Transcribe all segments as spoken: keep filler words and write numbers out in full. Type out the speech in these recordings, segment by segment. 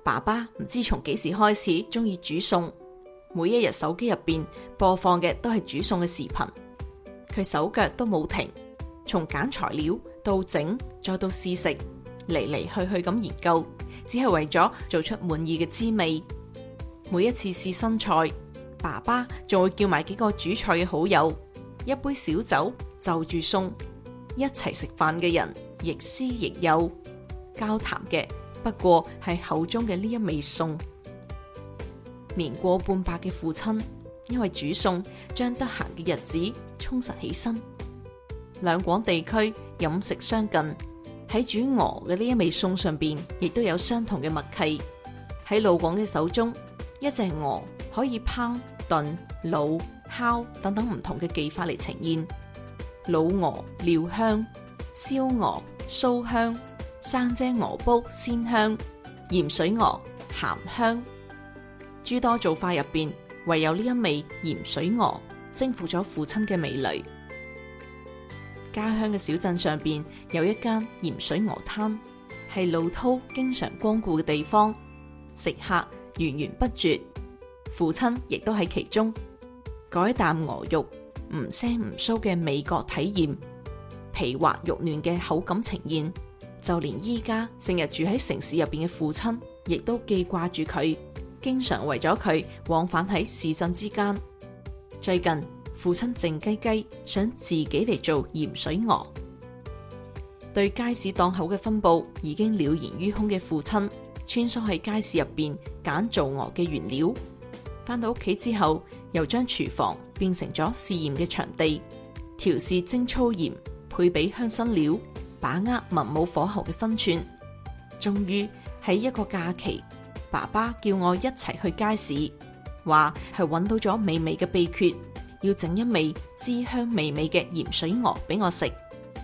爸爸唔知從幾時開始中意煮餸，每一日手機入邊播放嘅都係煮餸嘅視頻，佢手腳都冇停，從揀材料到整再到試食，嚟嚟去去咁研究，只係為咗做出滿意嘅滋味。每一次試新菜，爸爸仲會叫埋幾個煮菜嘅好友，一杯小酒就住餸，一齊食飯嘅人亦師亦友，交談嘅不過係口中嘅呢一味餸。年過半百嘅父親，因為煮餸將得閒嘅日子充實起身。兩廣地區飲食相近，喺煮鵝嘅呢一味餸上邊，亦都有相同嘅默契。喺老廣嘅手中，一隻鵝可以烹、燉、滷、烤等等唔同嘅技法嚟呈現。老鵝料香，燒鵝酥香，生煎鵝煲鮮香，鹽水鵝鹹香。諸多做法入邊，唯有呢一味鹽水鵝征服咗父親嘅味蕾。家鄉嘅小鎮上邊有一間鹽水鵝攤，係老饕經常光顧嘅地方，食客源源不絕，父親亦都喺其中。嗰一啖鵝肉唔腥唔臊嘅味覺體驗，皮滑肉嫩嘅口感呈現，就連依家成日住喺城市入邊嘅父親，亦都記掛住佢，經常為咗佢往返喺市鎮之間。最近父親靜雞雞想自己嚟做鹽水鵝。對街市檔口嘅分布已經了然於胸嘅父親，穿梭喺街市入邊揀做鵝嘅原料。返到屋企之後，又將廚房變成咗試驗嘅場地，調試精粗鹽，配比香辛料，把握文武火候嘅分寸。終於喺一個假期，爸爸叫我一齊去街市，話係揾到咗美味嘅秘訣，要整一味脂香味美嘅鹽水鵝俾我食。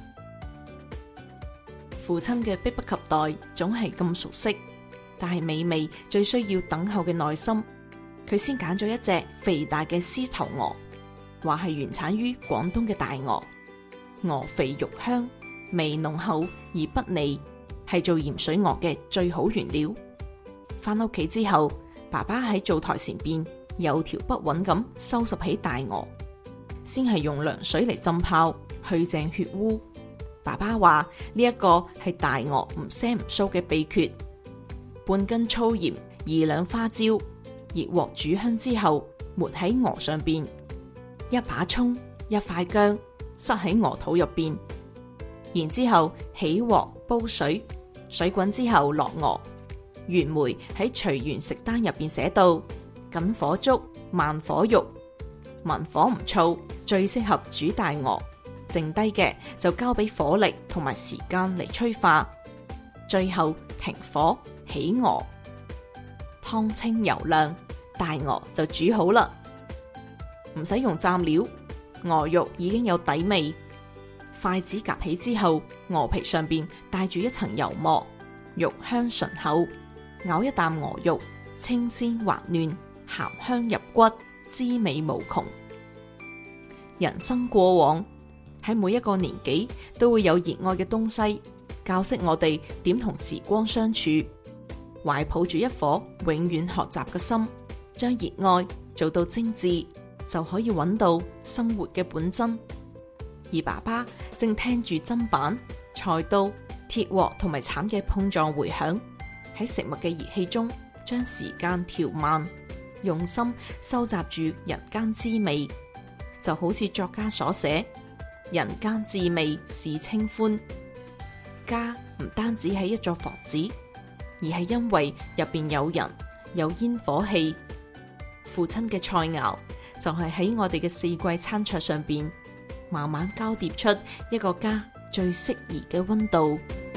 父親嘅迫不及待總係咁熟悉，但係美味最需要等候嘅耐心。佢先揀咗一隻肥大嘅獅頭鵝，話係原產於廣東嘅大鵝，鵝肥肉香，味濃厚而不膩，係做鹽水鵝嘅最好原料。返屋企之後，爸爸喺灶台前邊有條不紊咁收拾起大鵝，先係用涼水嚟浸泡去淨血污。爸爸話呢一個係大鵝唔腥唔臊嘅秘訣。半斤粗鹽，二兩花椒，熱鑊煮香之後，抹喺鵝上邊，一把蔥，一塊薑，塞喺鵝肚入邊，然之後起鑊煲水，水滾之後落鵝。原梅喺隨緣食單入邊寫到：緊火燭，慢火肉，文火唔燥，最適合煮大鵝。剩低嘅就交俾火力同埋時間嚟催化，最後停火起鵝，湯清油亮，大鵝就煮好啦。唔使用蘸料，鵝肉已經有底味。筷子夾起之後，鵝皮上邊帶住一層油膜，肉香醇厚。咬一啖鵝肉，清鮮滑嫩，鹹香入骨，滋味無窮。人生過往，喺每一個年紀都會有熱愛嘅東西，教識我哋點同時光相處。懷抱住一顆永遠學習嘅心，將熱愛做到精緻，就可以揾到生活嘅本真。而爸爸正聽住砧板、菜刀、鐵鑊同埋鏟嘅碰撞回響，喺食物嘅儀器中將時間調慢，用心收集住人間滋味。就好似作家所寫，人間滋味是清歡。家唔單止係一座房子，而係因為入邊有人，有煙火氣。父親嘅菜肴就係喺我哋嘅四季餐桌上邊，慢慢交疊出一個家最適宜嘅溫度。